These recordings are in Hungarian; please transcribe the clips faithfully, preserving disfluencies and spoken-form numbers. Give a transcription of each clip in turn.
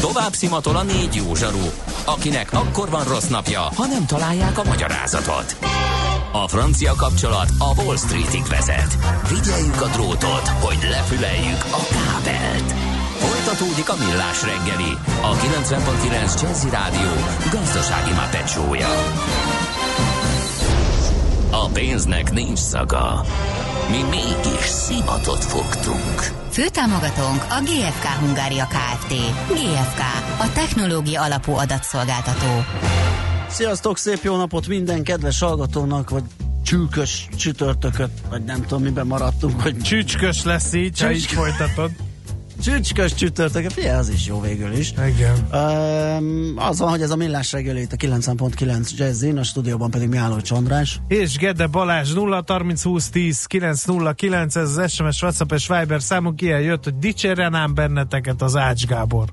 Tovább szimatol a négy jó zsaru, akinek akkor van rossz napja, ha nem találják a magyarázatot. A francia kapcsolat a Wall Streetig vezet. Figyeljük a drótot, hogy lefüleljük a kábelt. Folytatódik a Millás reggeli, a kilencven pont kilenc Jazzy Rádió gazdasági mápecsója. A pénznek nincs szaga. Mi mégis szimatot fogtunk. Főtámogatónk a gé ef ká Hungária Kft. gé ef ká, a technológia alapú adatszolgáltató. Sziasztok, szép jó napot minden kedves hallgatónak, vagy csülkös csütörtököt, vagy nem tudom, miben maradtunk, hogy... Csücskös lesz így, ha így folytatod. Csücskös csütörtököt, figyelj, az is jó végül is. Igen. Um, az van, hogy ez a Millás reggeli itt a kilencven pont kilenc Jazzin, a stúdióban pedig Mihálovics András. És Gede Balázs nulla harminc húsz tíz kilenc nulla kilenc, ez az es em es, WhatsApp és Viber számunk, ilyen jött, hogy dicsérjen ám benneteket az Ács Gábor.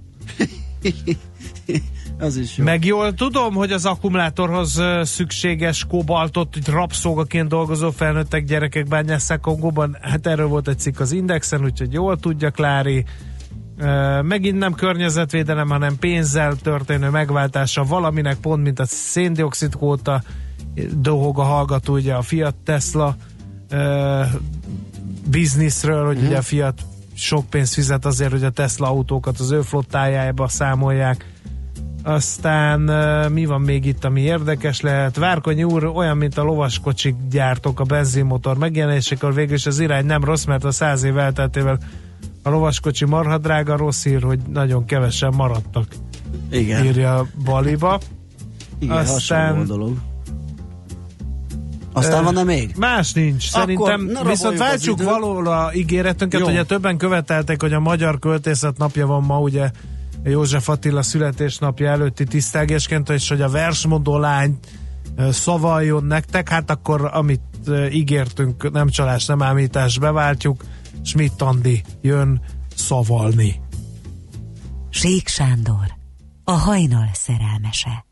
Az is jó. Meg jól tudom, hogy az akkumulátorhoz uh, szükséges kobaltot, hogy rabszolgaként dolgozó felnőttek gyerekek bányásszák Kongóban. Hát erről volt egy cikk az Indexen, úgyhogy jól tudja Klári. Uh, megint nem környezetvédelem, hanem pénzzel történő megváltása valaminek, pont mint a széndioxid kvóta. Dohog a hallgató ugye a Fiat Tesla uh, bizniszről, hogy mm. ugye a Fiat sok pénzt fizet azért, hogy a Tesla autókat az ő flottájába számolják. Aztán uh, mi van még itt, ami érdekes lehet? Várkonyi úr olyan, mint a lovaskocsik gyártók a benzinmotor megjelenésekor, végül is az irány nem rossz, mert a száz év elteltével a lovaskocsi marha drága, rossz hír, hogy nagyon kevesen maradtak. Igen. Írja Baliba. Igen, aztán dolog. Aztán van-e még? Más nincs. Szerintem viszont váltsuk valóra ígéretünket, ugye többen követelték, hogy a Magyar Költészet napja van ma, ugye József Attila születésnapja előtti tisztelgésként, és hogy a versmondó lány szavaljon nektek, hát akkor amit ígértünk, nem csalás, nem ámítás, beváltjuk, Schmidt Andi jön szavalni. Sék Sándor, a hajnal szerelmese.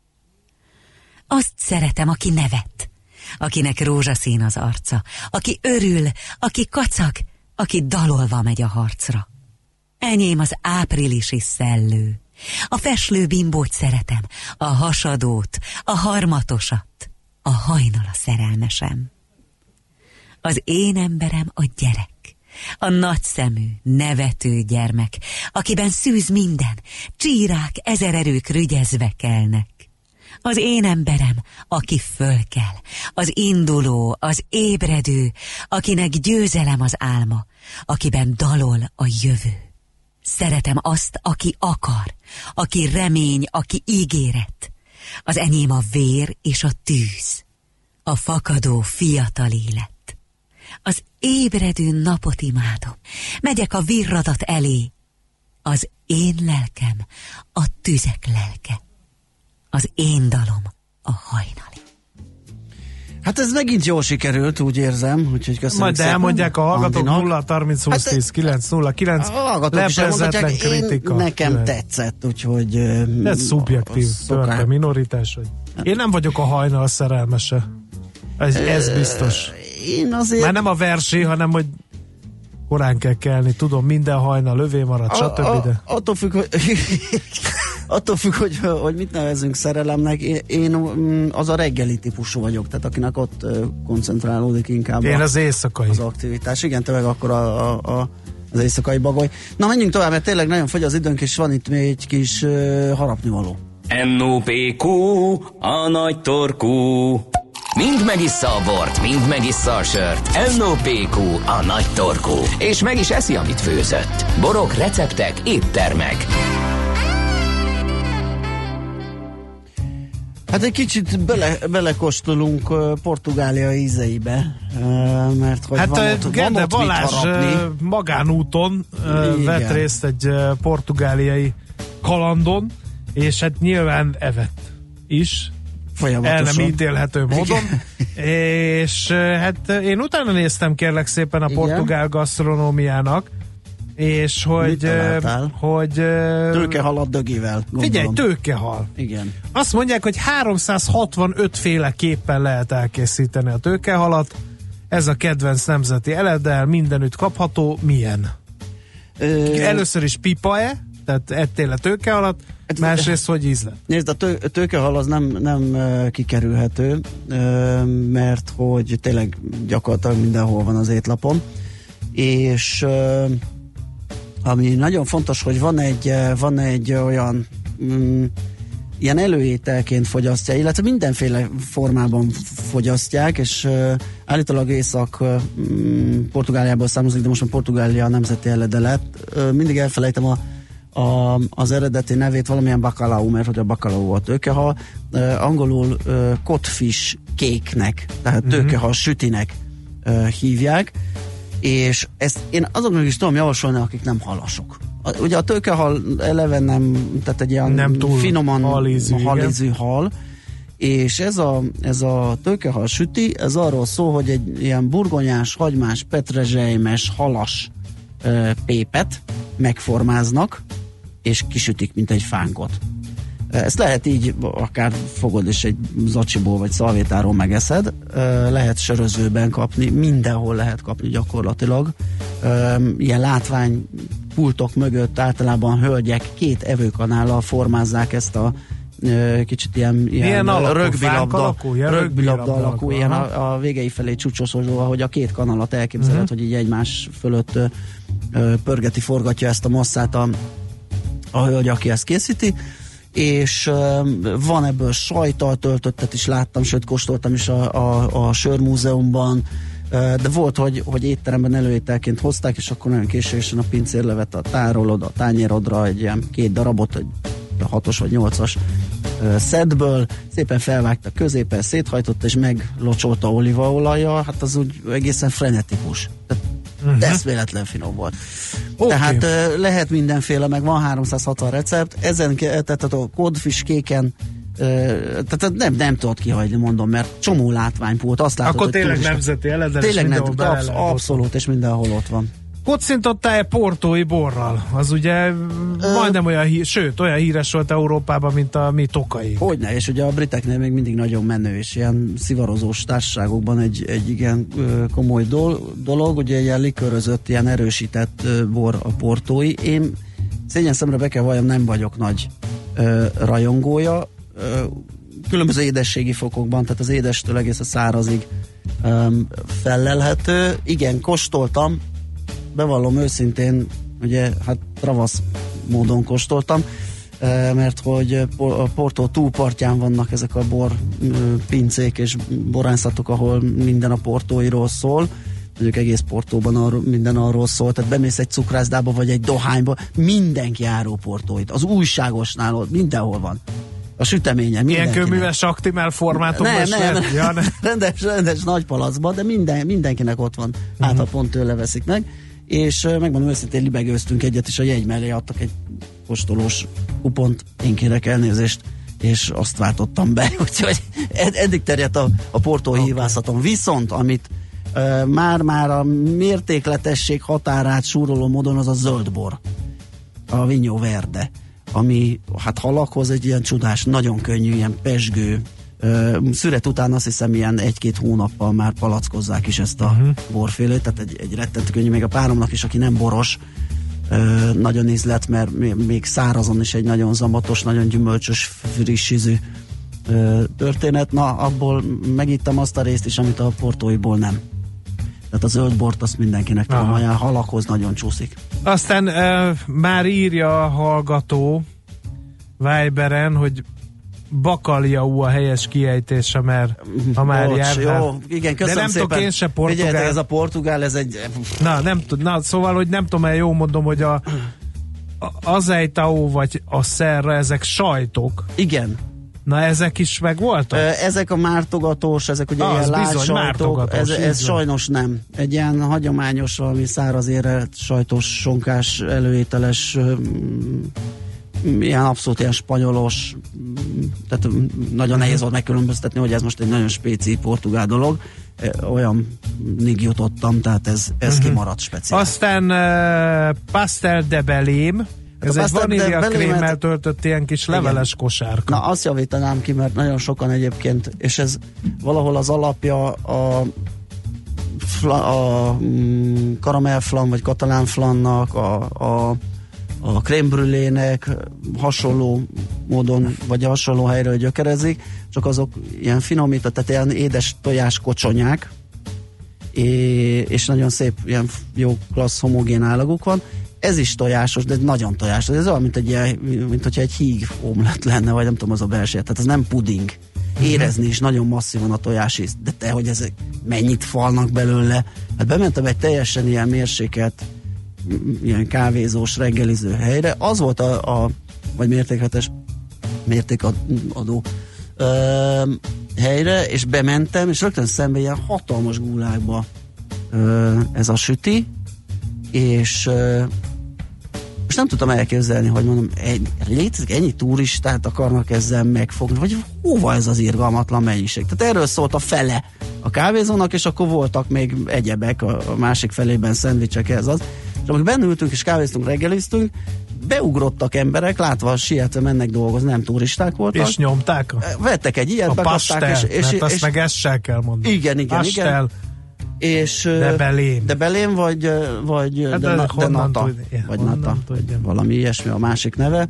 Azt szeretem, aki nevet, akinek rózsaszín az arca, aki örül, aki kacag, aki dalolva megy a harcra. Enyém az áprilisi szellő, a feslő bimbót szeretem, a hasadót, a harmatosat, a hajnal a szerelmesem. Az én emberem a gyerek, a nagyszemű, nevető gyermek, akiben szűz minden, csírák, ezer erők rügyezve kelnek. Az én emberem, aki fölkel, az induló, az ébredő, akinek győzelem az álma, akiben dalol a jövő. Szeretem azt, aki akar, aki remény, aki ígéret. Az enyém a vér és a tűz, a fakadó fiatal élet. Az ébredő napot imádom, megyek a virradat elé. Az én lelkem a tüzek lelke, az én dalom a hajnali. Hát ez megint jól sikerült, úgy érzem, úgyhogy köszönöm. Majd szépen. elmondják a hallgatók nulla harminc húsz tíz kilenc nulla kilenc. Leprezetlen kritika. Nekem kilenc. Tetszett, úgyhogy... Ez szubjektív, tőle minoritás. Hogy én nem vagyok a hajnal szerelmese. Ez, ez biztos. Én azért... Már nem a versi, hanem hogy korán kell kelni. Tudom, minden hajnal lövé marad, stb. De... Attól függ, hogy... Attól függ, hogy, hogy mit nevezünk szerelemnek. Én, én az a reggeli típusú vagyok, tehát akinek ott koncentrálódik inkább én az éjszakai. Az aktivitás. Igen, te meg akkor a, a, a, az éjszakai bagoly. Na, menjünk tovább, mert tényleg nagyon fogy az időnk, és van itt még egy kis uh, harapnivaló. en o pé kú, a nagy torkú. Mind megissza a bort, mind megissza a sört. en o pé kú, a nagy torkú. És meg is eszi, amit főzött. Borok, receptek, éttermek. Hát egy kicsit bele, belekóstolunk uh, Portugália ízeibe, uh, mert hogy hát van ott, Gede van ott Balázs uh, magánúton uh, vett részt egy uh, portugáliai kalandon, és hát nyilván evett is, el nem ítélhető módon, és uh, hát én utána néztem kérlek szépen a igen? portugál gasztronómiának, és hogy... hogy tőkehalat dögivel, gondolom. Figyelj, tőkehal. Igen. Azt mondják, hogy háromszázhatvanöt féleképpen lehet elkészíteni a tőkehalat. Ez a kedvenc nemzeti eledel, mindenütt kapható. Milyen? Ö... Először is pipa-e? Tehát ettél a tőkehalat, másrészt hogy íz lett? Nézd, a tő, tőkehal az nem, nem uh, kikerülhető, uh, mert hogy tényleg gyakorlatilag mindenhol van az étlapon, és uh, ami nagyon fontos, hogy van egy, van egy olyan um, ilyen előételként fogyasztja, illetve mindenféle formában fogyasztják, és uh, állítólag Észak-Portugáliából uh, származik, de most már Portugália a nemzeti elede lett. Uh, mindig elfelejtem a, a, az eredeti nevét, valamilyen bacalhau, mert hogy a bacalhau a tőkehal. Uh, angolul uh, codfish cake-nek, tehát uh-huh. tőkehal sütinek uh, hívják, és ezt én azoknak is tudom javasolni, akik nem halasok. Ugye a tőkehal eleve nem, tehát egy ilyen nem túl finoman halízű, halízű hal, és ez a, ez a tőkehal süti, ez arról szól, hogy egy ilyen burgonyás, hagymás, petrezselymes, halas e, pépet megformáznak, és kisütik, mint egy fánkot. Ezt lehet így, akár fogod és egy zacsiból vagy szalvétáról megeszed, lehet sörözőben kapni, mindenhol lehet kapni gyakorlatilag. Ilyen látványpultok mögött általában hölgyek két evőkanállal formázzák ezt a kicsit ilyen, ilyen rögbilabda alakú, alakú ilyen a, a végei felé csúcsosodó, ahogy a két kanalat elképzeled, uh-huh. hogy így egymás fölött ö, pörgeti, forgatja ezt a masszát a, a hölgy, aki ezt készíti, és uh, van ebből sajttal töltöttet is láttam, sőt kóstoltam is a, a, a Sörmúzeumban, uh, de volt, hogy, hogy étteremben előételként hozták, és akkor nagyon késősen a pincér levett a tárolod, a tányérodra egy ilyen két darabot, egy hatos vagy nyolcas uh, szedből, szépen felvágta középen, széthajtotta, és meglocsolta olívaolajjal, hát az úgy egészen frenetikus. Tehát uh-huh. eszméletlen finom volt. Okay. Tehát uh, lehet mindenféle, meg van háromszázhatvan recept, ezen, tehát a codfish kéken uh, tehát nem, nem tudod kihagyni, mondom, mert csomó látványpult, azt látod, akkor tényleg nemzeti eleden, tényleg nem, absz- abszolút, és mindenhol ott van. Kocintottál-e portói borral? Az ugye Ö... majdnem olyan hír, sőt, olyan híres volt Európában, mint a mi tokai. Hogyne, és ugye a briteknél még mindig nagyon menő, és ilyen szivarozós társaságokban egy, egy igen komoly dolog, ugye ilyen likörözött, ilyen erősített bor a portói. Én szégyen szemre be kell valljam, nem vagyok nagy ö, rajongója. Ö, különböző édességi fokokban, tehát az édestől egész a szárazig ö, fellelhető. Igen, kóstoltam, bevallom őszintén, ugye, hát ravasz módon kóstoltam, mert hogy a Portó túlpartján vannak ezek a bor pincék és borányszatok, ahol minden a portóiról szól, mondjuk egész Portóban arról, minden arról szól, tehát bemész egy cukrászdába vagy egy dohányba, mindenki árul portóit, az újságosnál ott mindenhol van. A süteményen mindenkinek. Ilyen kőműves aktimál formátumban nem, nem, nem. Ja, nem. rendes, rendes nagy palacban, de minden, mindenkinek ott van, uh-huh. hát ha pont tőle veszik meg, és megmondom őszintén, libegőztünk egyet, és a jegy mellé adtak egy kóstolós kupont, én kérek elnézést, és azt váltottam be, úgyhogy ed- eddig terjedt a, a portói okay. hívászaton. Viszont, amit uh, már-már a mértékletesség határát súroló módon, az a zöldbor, a Vinho Verde, ami hát halakhoz egy ilyen csodás, nagyon könnyű, ilyen pesgő, Uh, szüret után azt hiszem ilyen egy-két hónappal már palackozzák is ezt a uh-huh. borfélét, tehát egy, egy rettentő könnyű, még a páromnak is, aki nem boros, uh, nagyon ízlet, mert még, még szárazon is egy nagyon zamatos, nagyon gyümölcsös, friss ízű uh, történet. Na, abból megittem azt a részt is, amit a portóiból nem. Tehát a zöld bort azt mindenkinek tudom, olyan halakhoz nagyon csúszik. Aztán uh, már írja a hallgató Viberen, hogy Bacalhau a helyes kiejtése, mert ha már Bocs, jártál. Jó, igen, köszönöm de nem szépen. tudok én se portugál. Figyeljetek, ez a portugál, ez egy... Na, nem tud, na, szóval, hogy nem tudom, el jól mondom, hogy a, a azeitao vagy a szerra, ezek sajtok. Igen. Na, ezek is meg voltak? Ezek a mártogatós, ezek ugye ah, ilyen látsajtok, ez, ez sajnos nem. Egy ilyen hagyományos, valami száraz érett, sajtos, sonkás, előételes, ilyen abszolút ilyen spanyolos, tehát nagyon nehéz volt megkülönböztetni, hogy ez most egy nagyon spéci portugál dolog. Olyan nig jutottam, tehát ez, ez uh-huh. kimaradt speciál. Aztán uh, pastel de belém, ez egy vanília krémmel töltött ilyen kis leveles igen. kosárka. Na, azt javítanám ki, mert nagyon sokan egyébként, és ez valahol az alapja a a, a mm, karamellflan, vagy katalánflannak, a, a a crème brûlének hasonló módon, vagy hasonló helyről gyökerezik, csak azok ilyen finomított, tehát ilyen édes tojás kocsonyák, és nagyon szép, ilyen jó klassz homogén állaguk van. Ez is tojásos, de nagyon tojásos. Ez olyan, mint egy ilyen, mint hogyha egy híg omlett lenne, vagy nem tudom, az a belső. Tehát ez nem puding. Érezni is nagyon masszívan a tojás íz. De te, hogy ezek mennyit falnak belőle. Hát bementem egy teljesen ilyen mérsékelt, ilyen kávézós, reggeliző helyre. Az volt a, a vagy mértékletes mértékadó ö, helyre, és bementem, és rögtön szembe ilyen hatalmas gulákba ö, ez a süti, és ö, most nem tudtam elképzelni, hogy mondom, egy, létezik, ennyi turistát akarnak ezzel megfogni, vagy hova ez az irgalmatlan mennyiség. Tehát erről szólt a fele a kávézónak, és akkor voltak még egyebek a, a másik felében, szendvicsek, ez az. És amikor bennültünk és kávéztunk, reggeliztünk, beugrottak emberek, látva sietve mennek dolgozni, nem turisták voltak. És nyomták? Vettek egy ilyet, a bekapták, pastel, és, és, mert azt és, meg ezt se kell mondani. Igen, igen, pastel. igen. És, de belém. De belém, vagy, vagy hát de, de, de nata. Tud, ja, vagy nata. Tudjam. Valami ilyesmi a másik neve.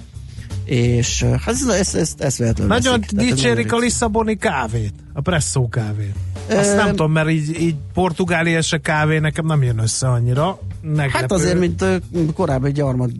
És hát ez, ez, ez, ez véletlenül nagyon veszik. dicsérik a lisszaboni kávét, a presszó kávét. Azt e... nem tudom, mert így, így portugáliás kávé nekem nem jön össze annyira. Meglepő. Hát azért, mint korábbi egy gyarmat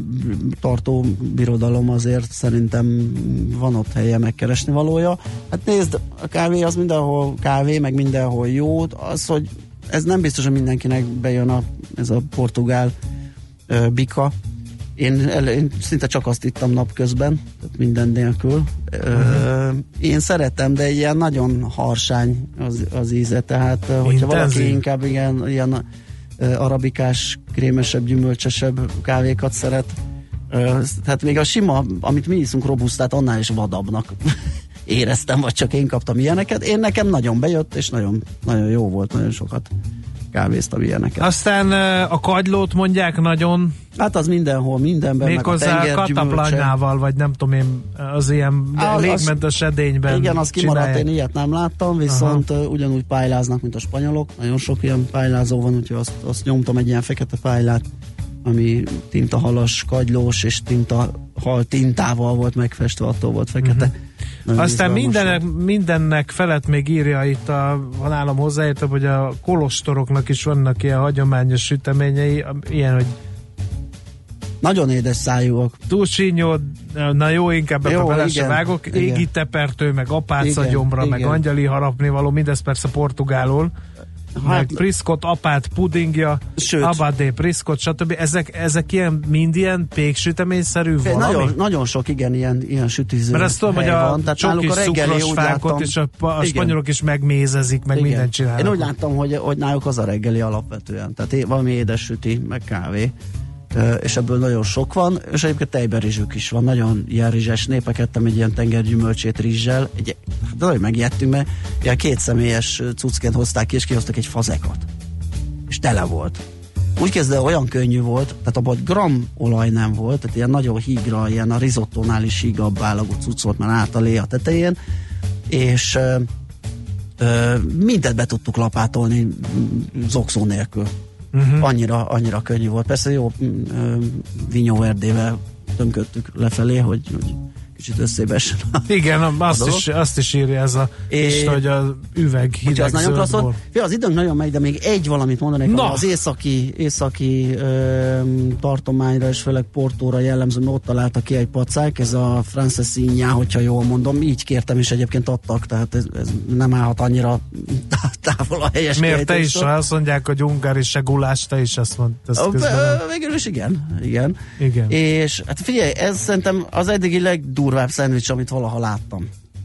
tartó birodalom, azért szerintem van ott helye megkeresni valója. Hát nézd, a kávé az mindenhol kávé, meg mindenhol jó. Az, hogy ez nem biztos, hogy mindenkinek bejön a, ez a portugál ö, bika. Én, el, én szinte csak azt ittam napközben, tehát minden nélkül. Uh-huh. Én szeretem, de ilyen nagyon harsány az, az íze, tehát hogyha intenzív. Valaki inkább igen, ilyen arabikás, krémesebb, gyümölcsesebb kávékat szeret, tehát még a sima, amit mi iszunk robusztát, annál is vadabbnak éreztem, vagy csak én kaptam ilyeneket. Én nekem nagyon bejött, és nagyon, nagyon jó volt, nagyon sokat kávéztam ilyeneket. Aztán a kagylót mondják nagyon... Hát az mindenhol, mindenben, méghozzá meg a kataplannával, vagy nem tudom én, az ilyen Á, légmentes edényben igen, az kimaradt, én ilyet nem láttam, viszont aha. ugyanúgy pályáznak, mint a spanyolok. Nagyon sok ilyen pályázó van, úgyhogy azt, azt nyomtam egy ilyen fekete pályát, ami tintahalas, kagylós, és tinta, hal tintával volt megfestve, attól volt fekete. Uh-huh. Aztán mindennek, mindennek felett még írja itt, a, ha nálam hozzáértem, hogy a kolostoroknak is vannak ilyen hagyományos süteményei, ilyen, hogy nagyon édes szájúak. Túlsínyó, na jó, inkább ebbe bele se vágok, igen. Égi tepertő, meg apácagyomra, meg angyali harapnivaló, mindez persze portugálul. Hát, meg priszkot, apát, pudingja, abadé, priszkot, stb. Ezek, ezek ilyen, mind ilyen péksüteményszerű valami? Nagyon, nagyon sok igen, ilyen, ilyen sütiző. Mert azt tudom, hogy a csokis szukros fákot, és a, a spanyolok is megmézezik, meg igen. mindent csinálnak. Én úgy láttam, hogy, hogy náluk az a reggeli alapvetően. Tehát valami édes süti, meg kávé. És ebből nagyon sok van, és egyébként tejberizsük is van, nagyon ilyen rizses népek, ettem egy ilyen tengergyümölcsét rizssel, egy, hát nagyon megijedtünk, mert ilyen két személyes cuccként hozták ki, és kihoztak egy fazekat. És tele volt. Úgy kezdve olyan könnyű volt, tehát abban gram olaj nem volt, tehát ilyen nagyon hígra, ilyen a risottónál is hígabb állagú cucc volt már általé a tetején, és ö, ö, mindent be tudtuk lapátolni zokszó nélkül. Uh-huh. Annyira, annyira könnyű volt. Persze jó vinyóerdével tömködtük lefelé, hogy, hogy kicsit összébesen. Igen, azt is, azt is írja ez a és, hogy az üveg hideg az nagyon klassz volt. Az időnk nagyon megy, de még egy valamit mondanék, az északi, északi ö, tartományra és főleg Portóra jellemző, mert ott találtak ki egy pacák, ez a Francesinha, hogyha jól mondom, így kértem, és egyébként adtak, tehát ez, ez nem állhat annyira távol a helyes. Miért te is, ha azt mondják, hogy ungári se gulás, te is azt mondtad. Végül is igen, igen. igen. És hát figyelj, ez szerintem az eddigi legdurvább szendvics, amit valaha láttam.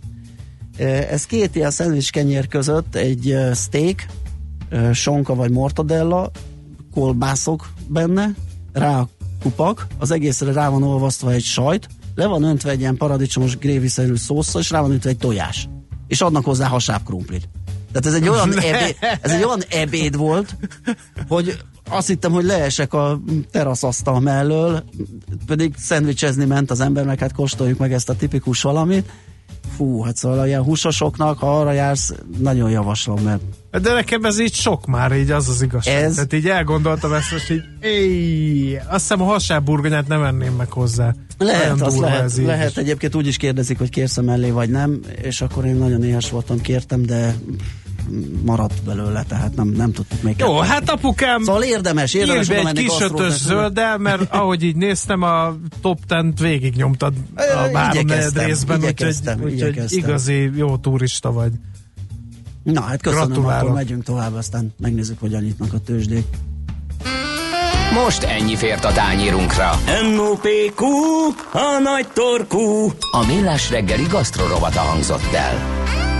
Ez két ilyen szendvics kenyér között egy steak, sonka vagy mortadella, kolbászok benne, rá a kupak, az egészre rá van olvasztva egy sajt, le van öntve egy ilyen paradicsomos gréviszerű szószal, és rá van öntve egy tojás. És adnak hozzá hasábkrumplit. Tehát ez egy olyan ebéd, ez egy olyan ebéd volt, hogy azt hittem, hogy leesek a teraszasztal mellől, pedig szendvicsezni ment az ember, meg hát kóstoljuk meg ezt a tipikus valamit. fú, hát szóval ilyen húsosoknak, ha arra jársz, nagyon javaslom, mert de nekem ez így sok már, így az az igazság. Ez... Tehát így elgondoltam ezt, most így éj, azt hiszem a hasábburgonyát nem enném meg hozzá. Lehet, az lehet, lehet. Egyébként úgy is kérdezik, hogy kérsz mellé vagy nem, és akkor én nagyon éhes voltam, kértem, de maradt belőle, tehát nem, nem tudtuk még. Jó, el. Hát apukám, szóval érdemes, érdemes írj be egy kis ötös zölddel, mert ahogy így néztem, a top tízet végig nyomtad a három negyed részben, úgyhogy úgy, igazi jó turista vagy. Na, hát köszönöm, gratulálok. Akkor megyünk tovább, aztán megnézzük, hogyan nyitnak a tőzsdék. Most ennyi fért a tányérunkra. em o pé kú, a nagy torkú. A Millás reggeli gasztrorovata hangzott el.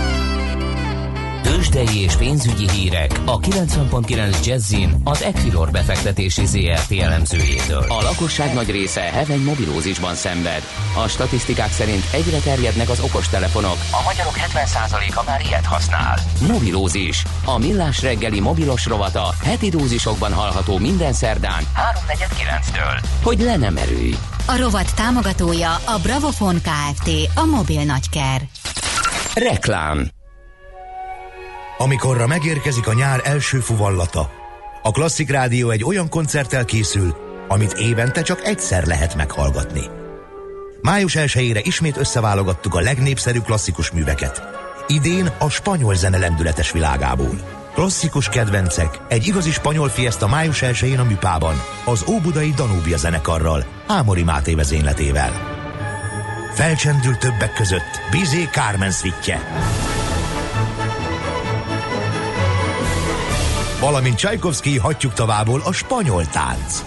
Tőzsdei és pénzügyi hírek a kilencven pont kilenc Jazzin az Equilor befektetési zé er té elemzőjétől. A lakosság nagy része heveny mobilózisban szenved. A statisztikák szerint egyre terjednek az okostelefonok, a magyarok hetven százaléka már ilyet használ. Mobilózis, a Millás reggeli mobilos rovata heti dózisokban hallható minden szerdán háromnegyed kilenctől. Hogy le nem erőj. A rovat támogatója a Bravofon Kft. A mobil nagyker. Reklám. Amikorra megérkezik a nyár első fuvallata, a Klasszik Rádió egy olyan koncerttel készül, amit évente csak egyszer lehet meghallgatni. május elsejére ismét összeválogattuk a legnépszerűbb klasszikus műveket. Idén a spanyol zene lendületes világából. Klasszikus kedvencek, egy igazi spanyol fiesta május elsején a Műpában, az óbudai Danúbia zenekarral, Ámori Máté vezényletével. Felcsendül többek között Bizet Carmen szvittje, valamint Csajkovszky hattyúk tavából a spanyol tánc.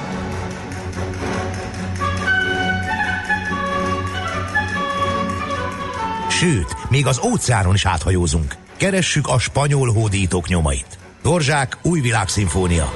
Sőt, még az óceánon is áthajózunk. Keressük a spanyol hódítók nyomait. Dvořák új világszimfónia.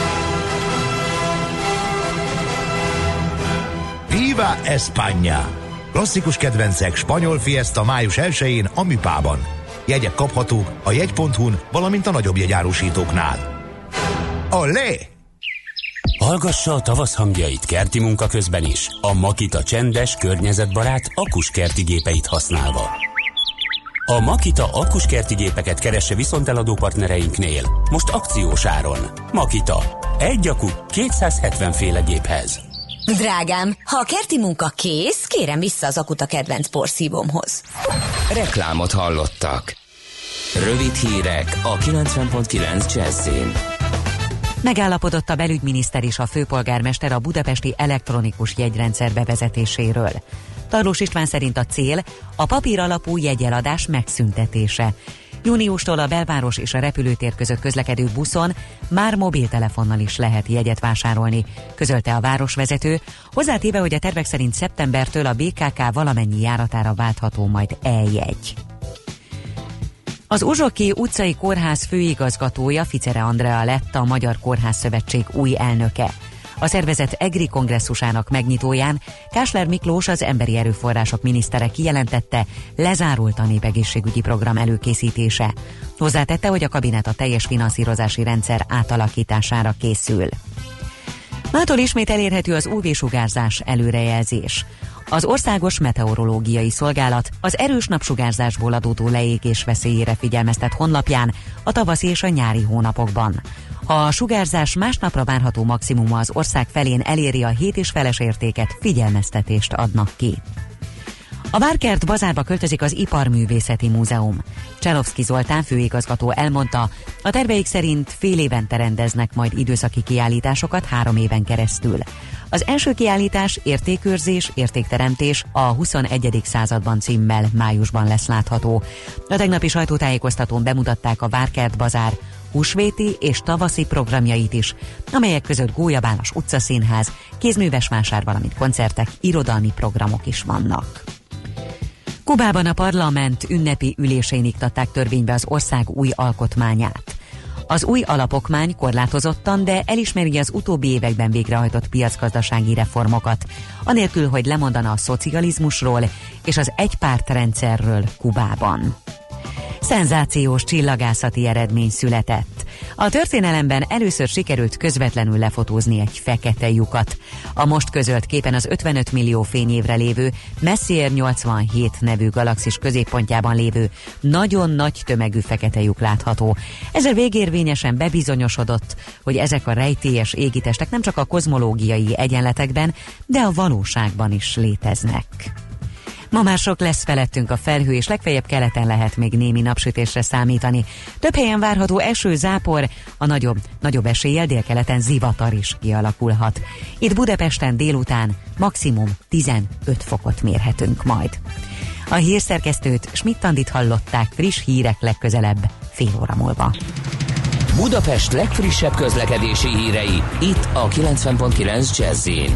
Viva España! Klasszikus kedvencek spanyol fiesta május elsején a Műpában. Jegyek kaphatók a jegy pont hu-n, valamint a nagyobb jegyárusítóknál. Olé! Hallgassa a tavasz hangjait kerti munka közben is. A Makita csendes, környezetbarát akkuskerti gépeit használva. A Makita akkuskerti gépeket keresse viszonteladó partnereinknél. Most akciós áron. Makita. Egy akku kétszázhetven féle géphez. Drágám, ha a kerti munka kész, kérem vissza az akut a kedvenc porszívómhoz. Reklámot hallottak. Rövid hírek a kilencven pont kilenc Jazzin. Megállapodott a belügyminiszter és a főpolgármester a budapesti elektronikus jegyrendszer bevezetéséről. Tarlós István szerint a cél a papír alapú jegyeladás megszüntetése. Júniustól a belváros és a repülőtér között közlekedő buszon már mobiltelefonnal is lehet jegyet vásárolni, közölte a városvezető, hozzátéve, hogy a tervek szerint szeptembertől a bé ká ká valamennyi járatára váltható majd e-jegy. Az Uzsoki utcai kórház főigazgatója Ficere Andrea lett a Magyar Kórház Szövetség új elnöke. A szervezet EGRI kongresszusának megnyitóján Kásler Miklós, az emberi erőforrások minisztere kijelentette, lezárult a népegészségügyi program előkészítése. Hozzátette, hogy a kabinet a teljes finanszírozási rendszer átalakítására készül. Mától ismét elérhető az ú vé-sugárzás előrejelzés. Az Országos Meteorológiai Szolgálat az erős napsugárzásból adódó leégés veszélyére figyelmeztet honlapján a tavaszi és a nyári hónapokban. Ha a sugárzás másnapra várható maximuma az ország felén eléri a hét és feles értéket, figyelmeztetést adnak ki. A Várkert bazárba költözik az Iparművészeti Múzeum. Cselovszky Zoltán főigazgató elmondta, a terveik szerint fél évente rendeznek majd időszaki kiállításokat három éven keresztül. Az első kiállítás Értékőrzés, értékteremtés a huszonegyedik században címmel májusban lesz látható. A tegnapi sajtótájékoztatón bemutatták a Várkert bazár húsvéti és tavaszi programjait is, amelyek között Gólyabános utcaszínház, kézműves vásár, valamint koncertek, irodalmi programok is vannak. Kubában a parlament ünnepi ülésén iktatták törvénybe az ország új alkotmányát. Az új alapokmány korlátozottan, de elismeri az utóbbi években végrehajtott piacgazdasági reformokat, anélkül, hogy lemondana a szocializmusról és az egypártrendszerről Kubában. Szenzációs csillagászati eredmény született. A A történelemben először sikerült közvetlenül lefotózni egy fekete lyukat. A most közölt képen az ötvenöt millió fényévre lévő Messier nyolcvanhét nevű galaxis középpontjában lévő nagyon nagy tömegű fekete lyuk látható. Ezzel végérvényesen bebizonyosodott, hogy ezek a rejtélyes égitestek nem csak a kozmológiai egyenletekben, de a valóságban is léteznek. Ma már sok lesz felettünk a felhő, és legfeljebb keleten lehet még némi napsütésre számítani. Több helyen várható eső, zápor, a nagyobb, nagyobb eséllyel délkeleten zivatar is kialakulhat. Itt Budapesten délután maximum tizenöt fokot mérhetünk majd. A hírszerkesztőt, Schmidt-Andit hallották, friss hírek legközelebb fél óra múlva. Budapest legfrissebb közlekedési hírei, itt a kilencven pont kilenc Jazz-in.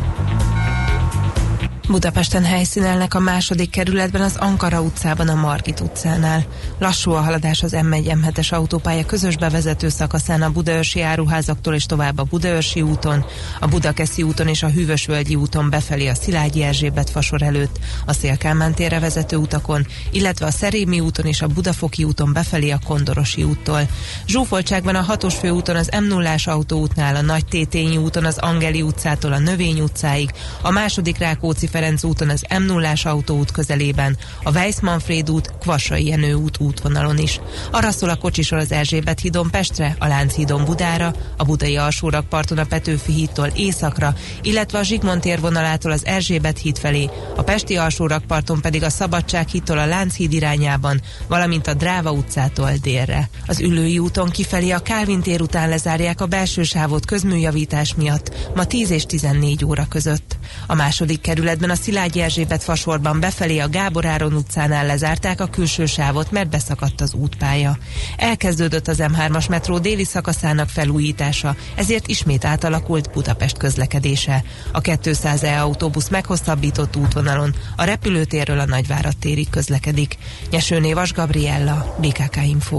Budapesten helyszínelnek a második kerületben az Ankara utcában, a Margit utcánál. Lassú a haladás az M egy M hetes autópálya közös bevezető szakaszán a budaörsi áruházaktól és tovább a Budaörsi úton, a Budakeszi úton és a Hűvösvölgyi úton befelé a Szilágyi Erzsébet fasor előtt, a Széll-Kálmán térre vezető utakon, illetve a Szerémi úton és a Budafoki úton befelé a Kondorosi úttól. Zsúfoltságban a hatos főúton az M nullás autóútnál, a Nagy Tétényi úton az Angeli utcától a Növény utcáig, a második Rákóczi Ferenc úton az M nullás autóút közelében, a Weiss-Manfréd út, Kvassai Jenő út útvonalon is. Arra szól a kocsisor az Erzsébet hídon Pestre, a Lánchídon Budára, a budai alsórakparton a Petőfi hídtól északra, illetve a Zsigmond tér vonalától az Erzsébet híd felé, a pesti alsórakparton pedig a Szabadság hídtól a Lánchíd irányában, valamint a Dráva utcától délre. Az Üllői úton kifelé a Kálvin tér után lezárják a belső sávot közműjavítás miatt, ma tíz és tizennégy óra között. A második kerületben a Szilágyi Erzsébet fasorban befelé a Gábor Áron utcánál lezárták a külső sávot, mert beszakadt az útpálya. Elkezdődött az M hármas metró déli szakaszának felújítása, ezért ismét átalakult Budapest közlekedése. A kétszáz E autóbusz meghosszabbított útvonalon a repülőtérről a Nagyvárad térig közlekedik. Nyesőné Vas Gabriella, bé ká ká Info.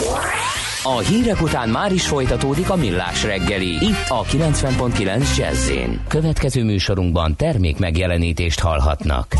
A hírek után már is folytatódik a Millás reggeli, itt a kilencven pont kilenc Jazz-in. Következő műsorunkban termék megjelenítést hallhatnak.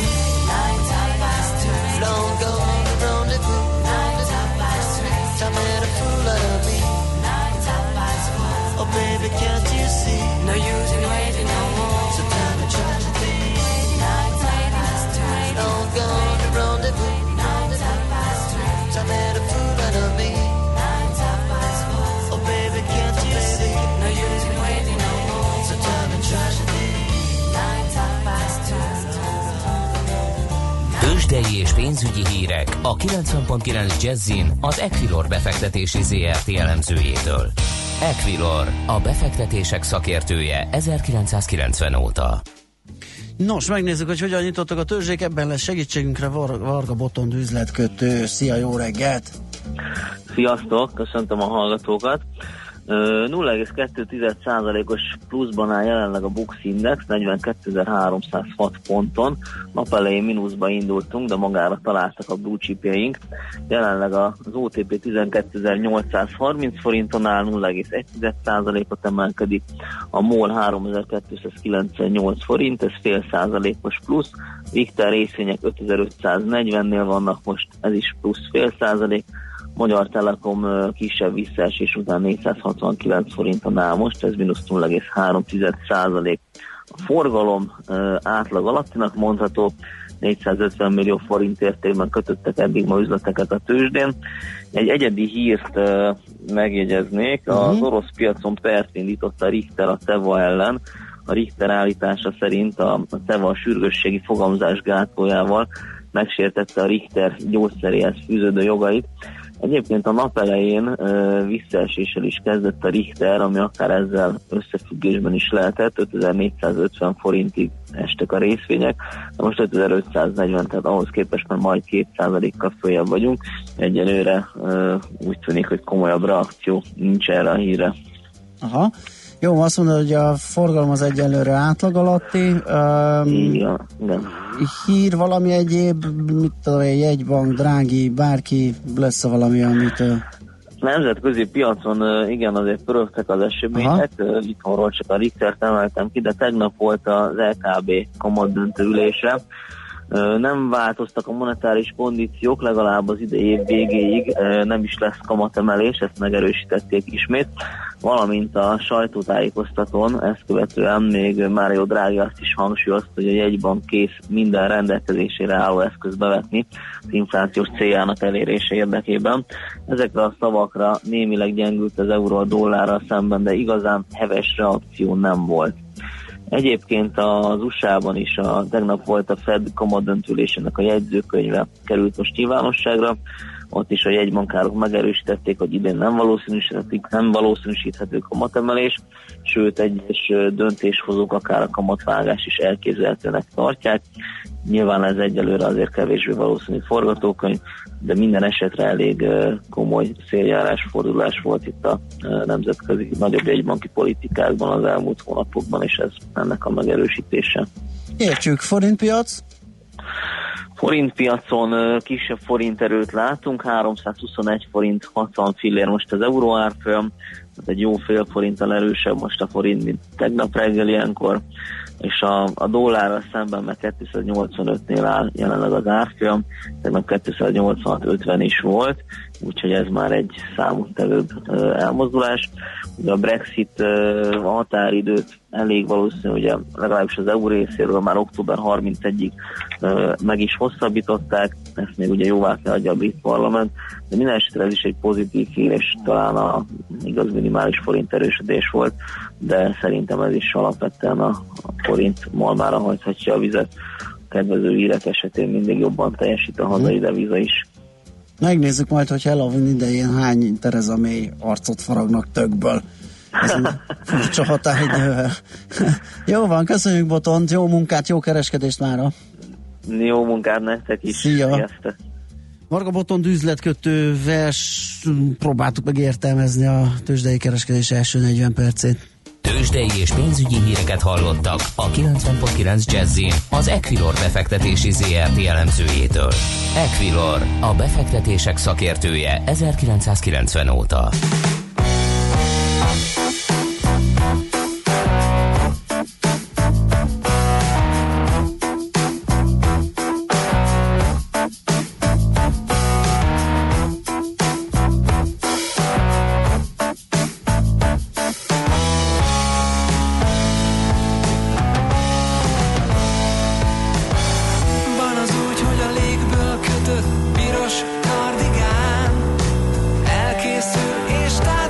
Time Tőzsdei és pénzügyi hírek a kilencven pont kilenc Jazzin az Equilor befektetési zé er té elemzőjétől. Equilor, a befektetések szakértője ezerkilencszázkilencven óta. Nos, megnézzük, hogy hogyan nyitottak a tőzsdék, ebben lesz segítségünkre Var- Varga Botond üzletkötő. Szia, jó reggelt! Sziasztok, köszöntöm a hallgatókat! nulla egész kettő százalékos pluszban áll jelenleg a Bux Index negyvenkétezer-háromszázhat ponton. Nap elején mínuszba indultunk, de magára találtak a blue chipjeink. Jelenleg az o té pé tizenkétezer-nyolcszázharminc forinton áll, nulla egész egy százalékot emelkedik. A MOL háromezer-kétszázkilencvennyolc forint, ez fél százalékos plusz. Richter részvények ötezer-ötszáznegyvennél vannak most, ez is plusz fél százalék. Magyar Telekom kisebb visszaesés után négyszázhatvankilenc forinton áll most, ez mínusz nulla egész három százalék. A forgalom átlag alattinak mondható, négyszázötven millió forint értékben kötöttek eddig ma üzleteket a tőzsdén. Egy egyedi hírt megjegyeznék, az orosz piacon pert indított a Richter a Teva ellen. A Richter állítása szerint a Teva sürgősségi fogamzás gátlójával megsértette a Richter gyógyszeréhez fűződő jogait. Egyébként a nap elején uh, visszaeséssel is kezdett a Richter, ami akár ezzel összefüggésben is lehetett, ötezer-négyszázötven forintig estek a részvények, de most ötezer-ötszáznegyven, tehát ahhoz képest már majd két százalékkal följebb vagyunk. Egyelőre uh, úgy tűnik, hogy komolyabb reakció nincs erre a hírre. Aha. Jó, azt mondod, hogy a forgalom az egyelőre átlag alatti. Um, igen, igen. Hír valami egyéb, mit tudom, egy jegybank, drági, bárki, lesz valami, amit... Uh... Nemzetközi piacon igen, azért pörögtek az események, itthonról csak a Richtert emeltem ki, de tegnap volt az el ká bé kamatdöntő ülése. Nem változtak a monetáris kondíciók, legalább az idei év végéig nem is lesz kamatemelés, ezt megerősítették ismét, valamint a sajtótájékoztatón ezt követően még Mário Draghi azt is hangsúlyozta, hogy a jegybank kész minden rendelkezésére álló eszköz bevetni az inflációs céljának elérése érdekében. Ezekre a szavakra némileg gyengült az euró a dollárral szemben, de igazán heves reakció nem volt. Egyébként az u es á-ban is a, tegnap volt a Fed kamatdöntülésének a jegyzőkönyve került most nyilvánosságra, ott is a jegybankárok megerősítették, hogy idén nem valószínűsíthetik, nem valószínűsíthető kamatemelés, sőt egyes döntéshozók akár a kamatvágás is elképzelhetőnek tartják. Nyilván ez egyelőre azért kevésbé valószínű forgatókönyv, de minden esetre elég komoly széljárásfordulás volt itt a nemzetközi nagyobb jegybanki politikákban az elmúlt hónapokban, és ez ennek a megerősítése. Értsük, forintpiac? Forintpiacon kisebb forinterőt látunk, háromszázhuszonegy forint hatvan fillér most az euró árfolyam, tehát egy jó fél forinttal erősebb most a forint, mint tegnap reggel ilyenkor, és a, a dollárral szemben meg kétszáznyolcvanötnél áll jelenleg az árfolyam, tegnap kétszáznyolcvanhat ötven is volt, úgyhogy ez már egy számottevőbb elmozdulás. Ugye a Brexit a határidőt elég valószínű, ugye legalábbis az é u részéről már október harmincegyedikéig meg is hosszabbították, ezt még ugye jóvá kell adja a brit parlament, de minden esetre ez is egy pozitív hír, és talán a igaz minimális forint erősödés volt, de szerintem ez is alapvetően a, a forint malmára hajthatja a vizet. A kedvező hírek esetén mindig jobban teljesít a hazai deviza is. Megnézzük majd, hogy Halloween idején hány Theresa May arcot faragnak tökből. Ez furcsa határidővel. Jó van, köszönjük Botond, jó munkát, jó kereskedést mára. Jó munkát nektek is. Szia. Sziasztok. Varga Botond üzletkötővel próbáltuk meg értelmezni a tőzsdei kereskedés első negyven percét. Tőzsdei és pénzügyi híreket hallottak a kilencven pont kilenc Jazzin az Equilor befektetési zé er té elemzőjétől. Equilor, a befektetések szakértője ezerkilencszázkilencven óta. Piros kardigán elkészül és tár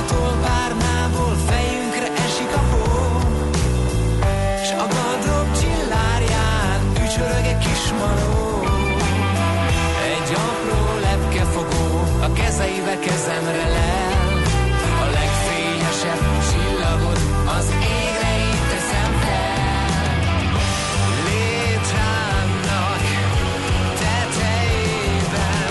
Fától, párnából fejünkre esik a hó, s a gardrób csillárján ücsörög egy kis manó. Egy apró lepkefogó a kezeibe kezemre lel, a legfényesebb csillagot az égre így teszem fel. Létrámnak tetejében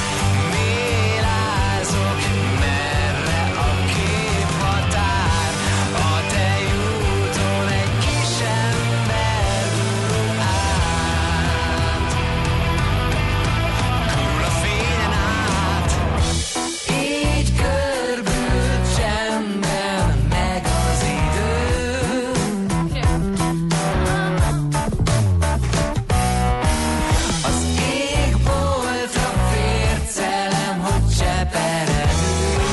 mélázok, merre a képhatár. A te úton egy kis ember gurul át, gurul a fényen át. Így görbült csendben meg az idő. Az égboltra fércelem, hogy cseperedő.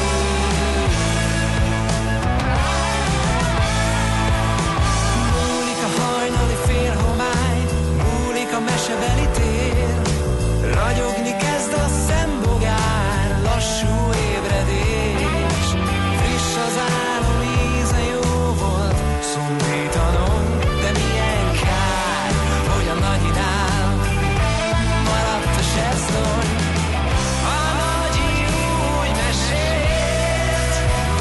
Múlik a hajnali félhomály, múlik a mesebeli tér, ragyogni kezd a szembogár, lassú ébredés. Friss az álom íze, jó volt szundítanom, de milyen kár, hogy a nagyinál maradt a sezlony. A nagyi úgy mesélt,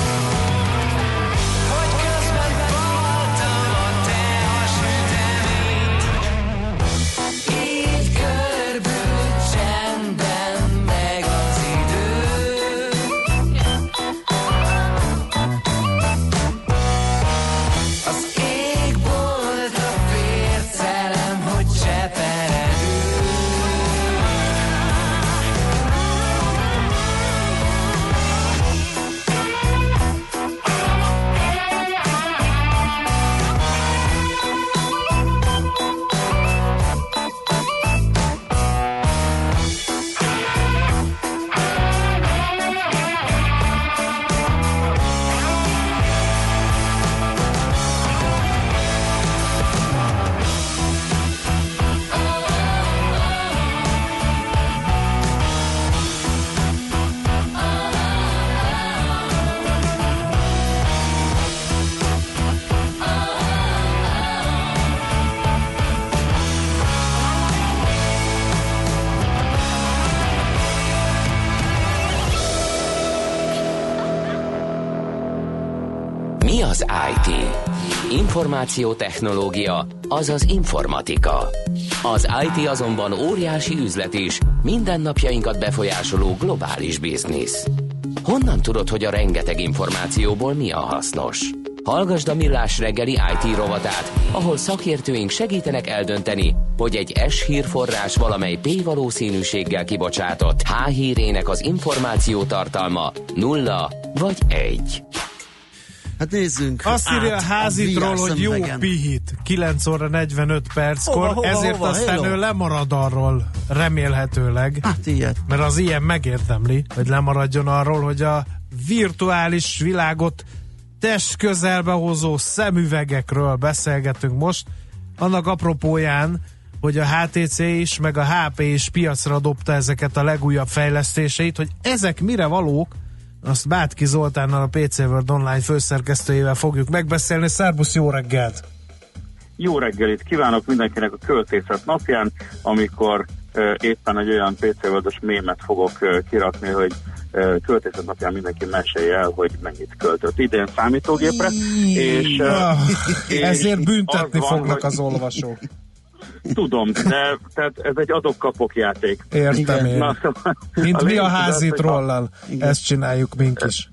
hogy közben befaltam a teasüteményt. Így görbült csendben meg az idő. Az égboltra fércelem, hogy cseperedő. Mi az i té? Információtechnológia, azaz informatika. Az i té azonban óriási üzlet is, mindennapjainkat befolyásoló globális biznisz. Honnan tudod, hogy a rengeteg információból mi a hasznos? Hallgasd a Millás reggeli i té rovatát, ahol szakértőink segítenek eldönteni, hogy egy S hírforrás valamely P valószínűséggel kibocsátott H hírének az információ tartalma nulla vagy egy. Hát nézzünk. Azt írja a házitról, hogy jó pihit. kilenc óra negyvenöt perckor, hova, hova, ezért hova, aztán hello. Ő lemarad arról, remélhetőleg. Hát ilyet. Mert az ilyen megérdemli, hogy lemaradjon arról, hogy a virtuális világot test közelbe hozó szemüvegekről beszélgetünk most. Annak apropóján, hogy a há té cé is, meg a há pé is piacra dobta ezeket a legújabb fejlesztéseit, hogy ezek mire valók, azt Bátki Zoltánnal, a pé cé World Online főszerkesztőjével fogjuk megbeszélni. Szerbusz, jó reggelt! Jó reggelit kívánok mindenkinek a költészet napján, amikor uh, éppen egy olyan pé cé World-os mémet fogok uh, kirakni, hogy uh, költészet napján mindenki mesélje el, hogy mennyit költött idén számítógépre. és, uh, és Ezért büntetni az fognak van, az olvasók. Tudom, de tehát ez egy adok-kapok játék. Értem én. Na, szóval mint a mi a házitrollal. Ezt csináljuk mink is.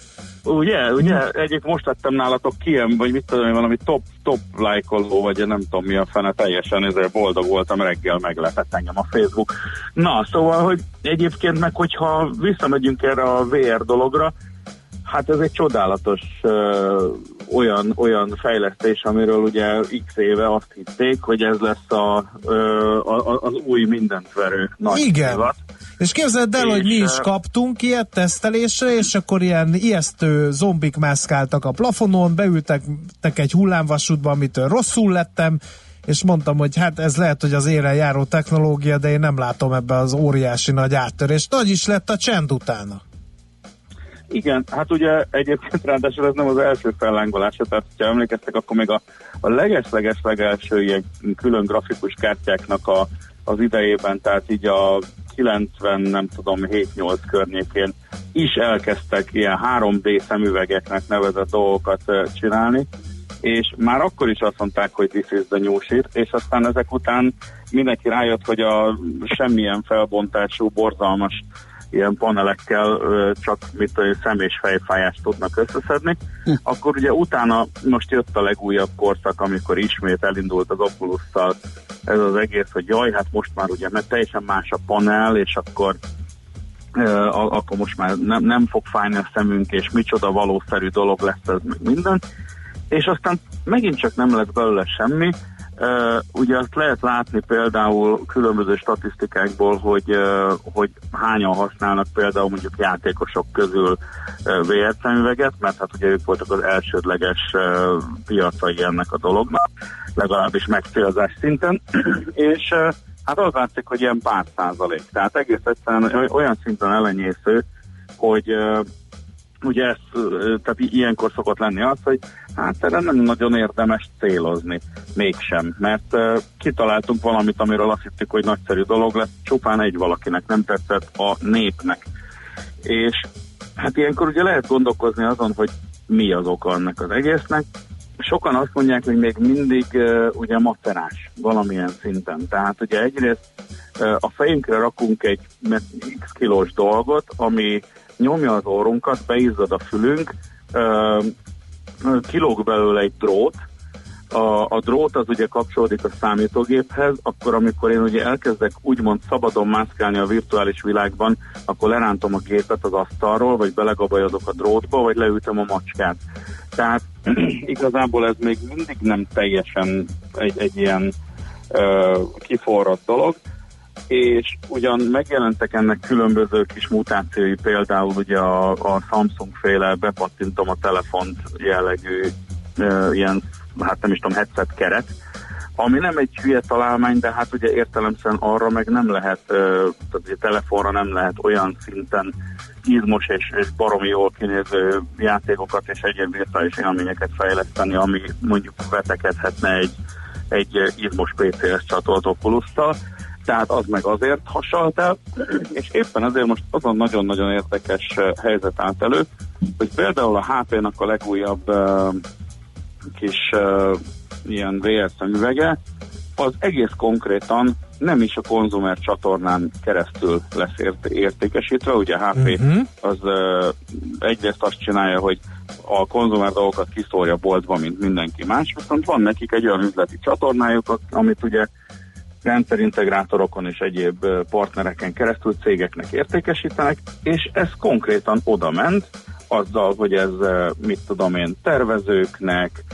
Ugye, ugye, egyébként most lettem nálatok kiem, vagy mit tudom, valami top, top lájkoló, vagy nem tudom mi a fene, teljesen ezért boldog voltam, reggel meglepett engem a Facebook. Na, szóval, hogy egyébként meg, hogyha visszamegyünk erre a vé er dologra, hát ez egy csodálatos uh, olyan, olyan fejlesztés, amiről ugye x éve azt hitték, hogy ez lesz a, uh, a, az új mindentverő nagy Igen. Évad. És képzeld el, és hogy mi is kaptunk ilyet tesztelésre, és akkor ilyen ijesztő zombik mászkáltak a plafonon, beültek egy hullámvasútba, amitől rosszul lettem, és mondtam, hogy hát ez lehet, hogy az élen járó technológia, de én nem látom ebbe az óriási nagy áttörést. Nagy is lett a csend utána. Igen, hát ugye egyébként ráadásul ez nem az első fellángolása, tehát ha emlékeztek, akkor még a, a leges-leges legelső ilyen külön grafikus kártyáknak a, az idejében, tehát így a kilencven, nem tudom, hét-nyolc környékén is elkezdtek ilyen három dé szemüvegeknek nevezett dolgokat csinálni, és már akkor is azt mondták, hogy this is the new shit, és aztán ezek után mindenki rájött, hogy a semmilyen felbontású, borzalmas ilyen panelekkel csak mit a szem- és fejfájást tudnak összeszedni. Hm. Akkor ugye utána most jött a legújabb korszak, amikor ismét elindult az Oculus-szal ez az egész, hogy jaj, hát most már ugye mert teljesen más a panel, és akkor uh, akkor most már nem, nem fog fájni a szemünk, és micsoda valószerű dolog lesz ez, meg minden. És aztán megint csak nem lett belőle semmi. Uh, ugye azt lehet látni például különböző statisztikákból, hogy, uh, hogy hányan használnak például mondjuk játékosok közül uh, vé er szemüveget, mert hát ugye ők voltak az elsődleges uh, piacai ennek a dolognak, legalábbis megcélzás szinten, és uh, hát az látszik, hogy ilyen pár százalék. Tehát egész egyszerűen olyan szinten elenyésző, hogy uh, ugye ez, tehát ilyenkor szokott lenni az, hogy hát erre nem nagyon érdemes célozni, mégsem, mert uh, kitaláltunk valamit, amiről azt hittük, hogy nagyszerű dolog lesz, csupán egy valakinek nem tetszett, a népnek. És hát ilyenkor ugye lehet gondolkozni azon, hogy mi az oka ennek az egésznek. Sokan azt mondják, hogy még mindig uh, ugye macerás valamilyen szinten. Tehát ugye egyrészt uh, a fejünkre rakunk egy x kilós dolgot, ami nyomja az orrunkat, beizzad a fülünk, uh, kilóg belőle egy drót, a, a drót az ugye kapcsolódik a számítógéphez, akkor amikor én ugye elkezdek úgymond szabadon mászkálni a virtuális világban, akkor lerántom a gépet az asztalról, vagy belegabajodok a drótba, vagy leütöm a macskát. Tehát igazából ez még mindig nem teljesen egy, egy ilyen uh, kiforrott dolog, és ugyan megjelentek ennek különböző kis mutációi, például ugye a, a Samsung féle bepattintom a telefont jellegű e, ilyen, hát nem is tudom, headset keret, ami nem egy hülye találmány, de hát ugye értelemszerűen arra meg nem lehet, e, tehát ugye telefonra nem lehet olyan szinten izmos és, és baromi jól kinéző játékokat és egyéb virtuális élményeket fejleszteni, ami mondjuk vetekedhetne egy, egy izmos pé cé-hez csatolt Oculus-szal. Tehát az meg azért hasonlít el, és éppen ezért most azon nagyon-nagyon érdekes helyzet állt elő, hogy például a há pé-nak a legújabb uh, kis uh, ilyen vé er szemüvege, az egész konkrétan nem is a konzumer csatornán keresztül lesz ért- értékesítve, ugye a há pé uh-huh. az uh, egyrészt azt csinálja, hogy a konzumer dolgokat kiszórja boltba, mint mindenki más, viszont van nekik egy olyan üzleti csatornájuk, amit ugye rendszerintegrátorokon és egyéb partnereken keresztül cégeknek értékesítenek, és ez konkrétan oda ment, azzal, hogy ez, mit tudom én, tervezőknek,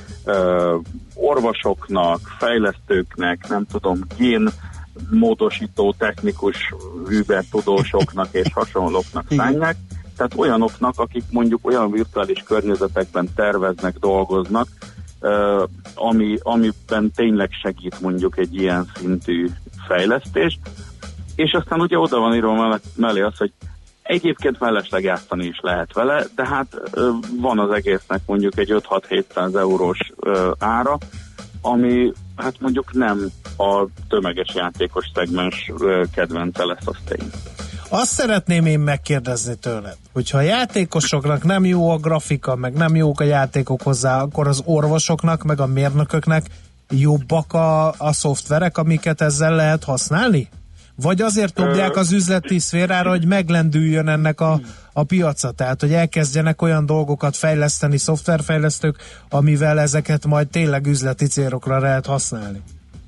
orvosoknak, fejlesztőknek, nem tudom, gén módosító technikus übertudósoknak és hasonlóknak szánják, tehát olyanoknak, akik mondjuk olyan virtuális környezetekben terveznek, dolgoznak, Uh, ami, amiben tényleg segít mondjuk egy ilyen szintű fejlesztést, és aztán ugye oda van írva mellé, mellé az, hogy egyébként mellesleg játszani is lehet vele, de hát uh, van az egésznek mondjuk egy öt-hat-hétszáz eurós uh, ára, ami hát mondjuk nem a tömeges játékos szegmens uh, kedvence lesz, az tény. Azt szeretném én megkérdezni tőled, hogyha a játékosoknak nem jó a grafika, meg nem jók a játékok hozzá, akkor az orvosoknak, meg a mérnököknek jobbak a, a szoftverek, amiket ezzel lehet használni? Vagy azért dobják az üzleti szférára, hogy meglendüljön ennek a, a piaca? Tehát, hogy elkezdjenek olyan dolgokat fejleszteni szoftverfejlesztők, amivel ezeket majd tényleg üzleti célokra lehet használni?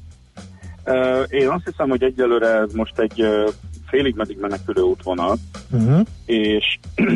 Én azt hiszem, hogy egyelőre ez most egy félig meddig menekülő útvonal, uh-huh. és,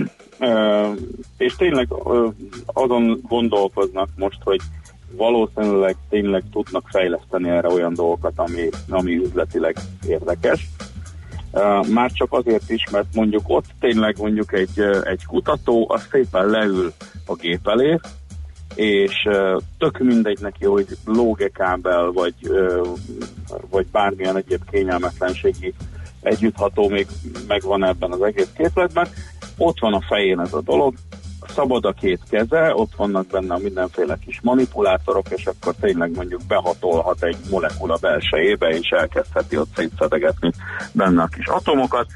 és tényleg azon gondolkoznak most, hogy valószínűleg tényleg tudnak fejleszteni erre olyan dolgokat, ami, ami üzletileg érdekes. Már csak azért is, mert mondjuk ott tényleg mondjuk egy, egy kutató, az szépen leül a gép elé, és tök mindegy neki, hogy lóg-e kábel, vagy, vagy bármilyen egyéb kényelmetlenségi együttható még megvan ebben az egész képletben. ott van a fején ez a dolog, szabad a két keze, ott vannak benne mindenféle kis manipulátorok, és akkor tényleg mondjuk behatolhat egy molekula belsejébe, és elkezdheti ott szétszedegetni benne a kis atomokat.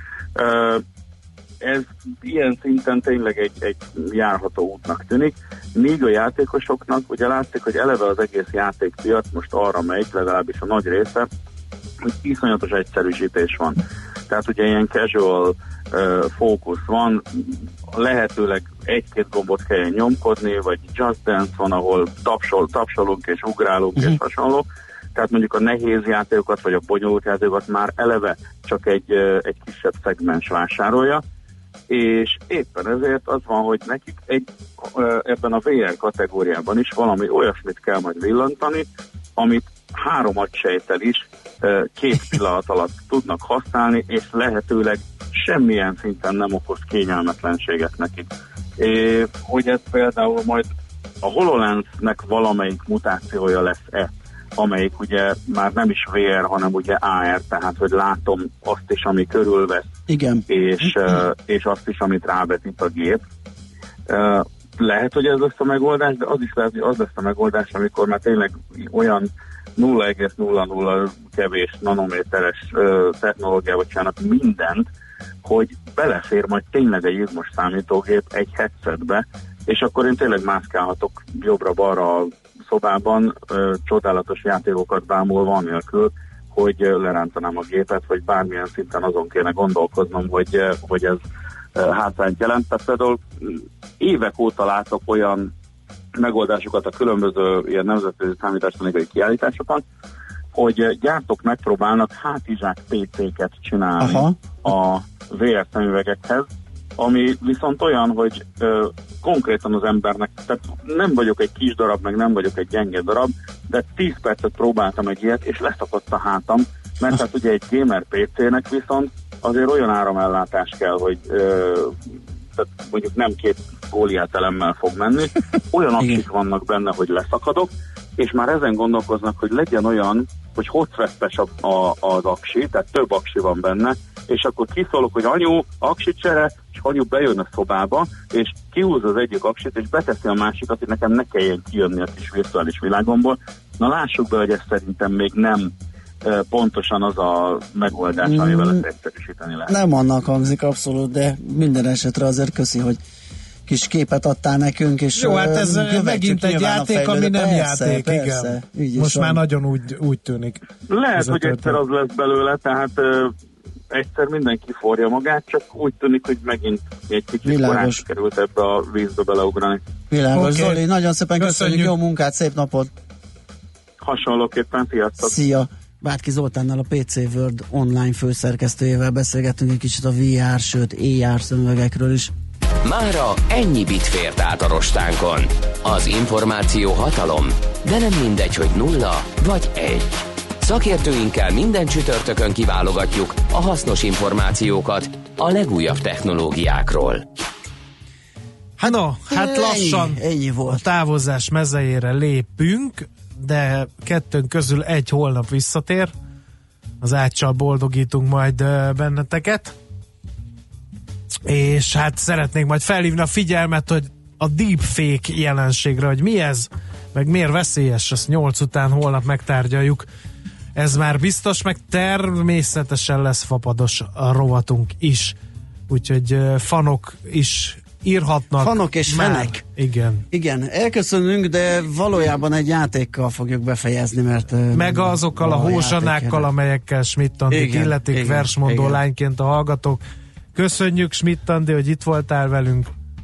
Ez ilyen szinten tényleg egy, egy járható útnak tűnik, míg a játékosoknak, ugye látszik, hogy eleve az egész játékpiac most arra megy, legalábbis a nagy része, hogy iszonyatos egyszerűsítés van. Tehát ugye ilyen casual uh, fókusz van, lehetőleg egy-két gombot kell nyomkodni, vagy Just Dance van, ahol tapsol, tapsolunk és ugrálunk uh-huh. és hasonló. Tehát mondjuk a nehéz játékokat, vagy a bonyolult játékokat már eleve csak egy, uh, egy kisebb szegmens vásárolja, és éppen ezért az van, hogy nekik egy, uh, ebben a vé er kategóriában is valami olyasmit kell majd villantani, amit három agysejttel is uh, két pillanat alatt tudnak használni, és lehetőleg semmilyen szinten nem okoz kényelmetlenséget nekik. É, hogy ez például majd a HoloLensnek valamelyik mutációja lesz-e, amelyik ugye már nem is vé er, hanem ugye á er, tehát hogy látom azt is, ami körülvesz, igen. És, uh, és azt is, amit rávetít a gép. Uh, lehet, hogy ez lesz a megoldás, de az is lehet, hogy az lesz a megoldás, amikor már tényleg olyan nulla egész nulla nulla kevés nanométeres uh, technológiával csinálnak mindent, hogy belefér majd tényleg egy izmos számítógép egy headsetbe, és akkor én tényleg mászkálhatok jobbra-balra a szobában, ö, csodálatos játékokat bámulva anélkül, hogy ö, lerántanám a gépet, vagy bármilyen szinten azon kéne gondolkoznom, hogy, ö, hogy ez ö, hátrányt jelent. Tehát például évek óta látok olyan megoldásokat a különböző ilyen nemzetközi számítástechnikai kiállításokon, hogy gyártók megpróbálnak hátizsák pé céket csinálni Aha. a vé er szemüvegekhez, ami viszont olyan, hogy ö, konkrétan az embernek, tehát nem vagyok egy kis darab, meg nem vagyok egy gyenge darab, de tíz percet próbáltam egy ilyet, és leszakadt a hátam, mert hát ugye egy gamer pé cének viszont azért olyan áramellátás kell, hogy ö, tehát mondjuk nem két góliát elemmel fog menni, olyan aksik vannak benne, hogy leszakadok, és már ezen gondolkoznak, hogy legyen olyan, hogy hozvesztes a, a, az aksi, tehát több aksi van benne, és akkor kiszólok, hogy anyu, aksi csere, és anyu bejön a szobába, és kihúzza az egyik aksit, és beteszi a másikat, hogy nekem ne kelljen kijönni a kis virtuális világomból. Na lássuk be, hogy ez szerintem még nem e, pontosan az a megoldás, mm, amivel ezt egyszerűsíteni lehet. Nem annak hangzik abszolút, de minden esetre azért köszi, hogy kis képet adtál nekünk, és jó, hát ez megint egy játék, ami nem persze, játék, persze, igen. Most van. Már nagyon úgy, úgy tűnik. Lehet, hogy egyszer az lesz belőle, tehát uh, egyszer mindenki forja magát, csak úgy tűnik, hogy megint egy kicsit korán került ebbe a vízbe beleugrani. Világos, okay. Zoli, nagyon szépen köszönjük, köszönjük, jó munkát, szép napot! Hasonlóképpen, sziasztok! Szia! Bátki Zoltánnal, a pé cé World online főszerkesztőjével beszélgettünk egy kicsit a vé er, sőt á er szemüvegekről is. Mára ennyi bit fért át a rostánkon. Az információ hatalom, de nem mindegy, hogy nulla vagy egy. Szakértőinkkel minden csütörtökön kiválogatjuk a hasznos információkat a legújabb technológiákról. Hát no, hát lassan ennyi, ennyi volt. A távozás mezejére lépünk, de kettőnk közül egy holnap visszatér. Az Áccsal boldogítunk majd benneteket. És hát szeretnék majd felhívni a figyelmet, hogy a deepfake jelenségre, hogy mi ez, meg miért veszélyes, azt nyolc után holnap megtárgyaljuk. Ez már biztos, meg természetesen lesz fapados a rovatunk is. Úgyhogy uh, fanok is írhatnak. Fanok és már. Fenek. Igen. Igen, elköszönünk, de valójában egy játékkal fogjuk befejezni, mert... Uh, meg azokkal a hózsanákkal, amelyekkel Schmidt-Andit illetik igen, versmondó igen. lányként a hallgatók. Köszönjük, Schmidt-Andi, hogy itt voltál velünk.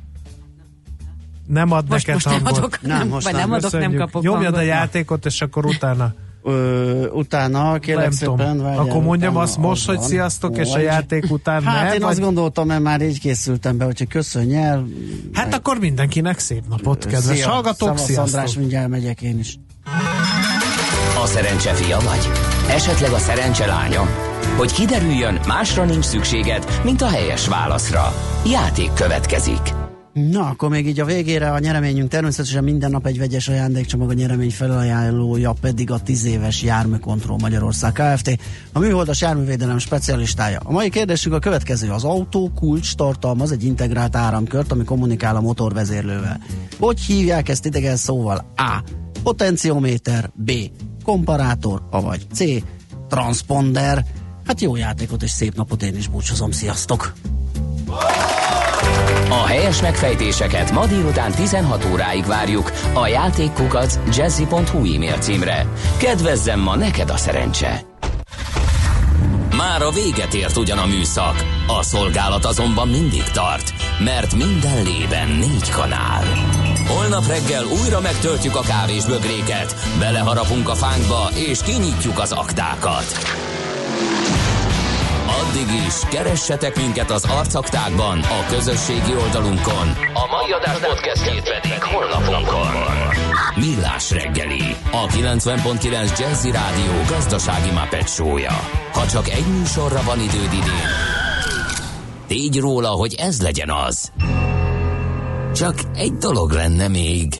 Nem ad most, neked most hangot. Nem adok, nem, nem, most nem, nem adok, nem kapok Nyomjad hangot. a játékot, és akkor utána. Ö, utána, kérlek szépen. Várjál, akkor mondjam utána azt most, hogy van. sziasztok, Vagy. És a játék után hát ne, én vagy... azt gondoltam, mert már így készültem be, hogyha köszönj el. Hát meg... akkor mindenkinek szép napot, kedves Szia. hallgatók, Szavasz, sziasztok. András, mindjárt megyek én is. A szerencse fia vagy? Esetleg a szerencse lánya? Hogy kiderüljön, másra nincs szükséged, mint a helyes válaszra. Játék következik. Na, akkor még így a végére a nyereményünk természetesen minden nap egy vegyes ajándékcsomag, a nyeremény felajánlója pedig a tíz éves Járműkontroll Magyarország Kft. A műholdas járművédelem specialistája. A mai kérdésünk a következő: az autó kulcs tartalmaz egy integrált áramkört, ami kommunikál a motorvezérlővel. Hogy hívják ezt idegen szóval? A. Potenciométer, B. Komparátor, avagy C. Transponder. Hát jó játékot és szép napot, én is búcsúzom, sziasztok! A helyes megfejtéseket ma délután tizenhat óráig várjuk a játékkukac jazzy pont hu e-mail címre. Kedvezzem ma neked a szerencse! Már a véget ért ugyan a műszak, a szolgálat azonban mindig tart, mert minden lében négy kanál. Holnap reggel újra megtöltjük a kávésbögréket, beleharapunk a fánkba és kinyitjuk az aktákat. Addig is keressetek minket az arcaktákban, a közösségi oldalunkon. A mai adás podcastjét pedig honlapunkon. Millás reggeli, a kilencven pont kilenc Jazzy Rádió gazdasági Muppet show-ja. Ha csak egy műsorra van időd idén, tégy róla, hogy ez legyen az. Csak egy dolog lenne még.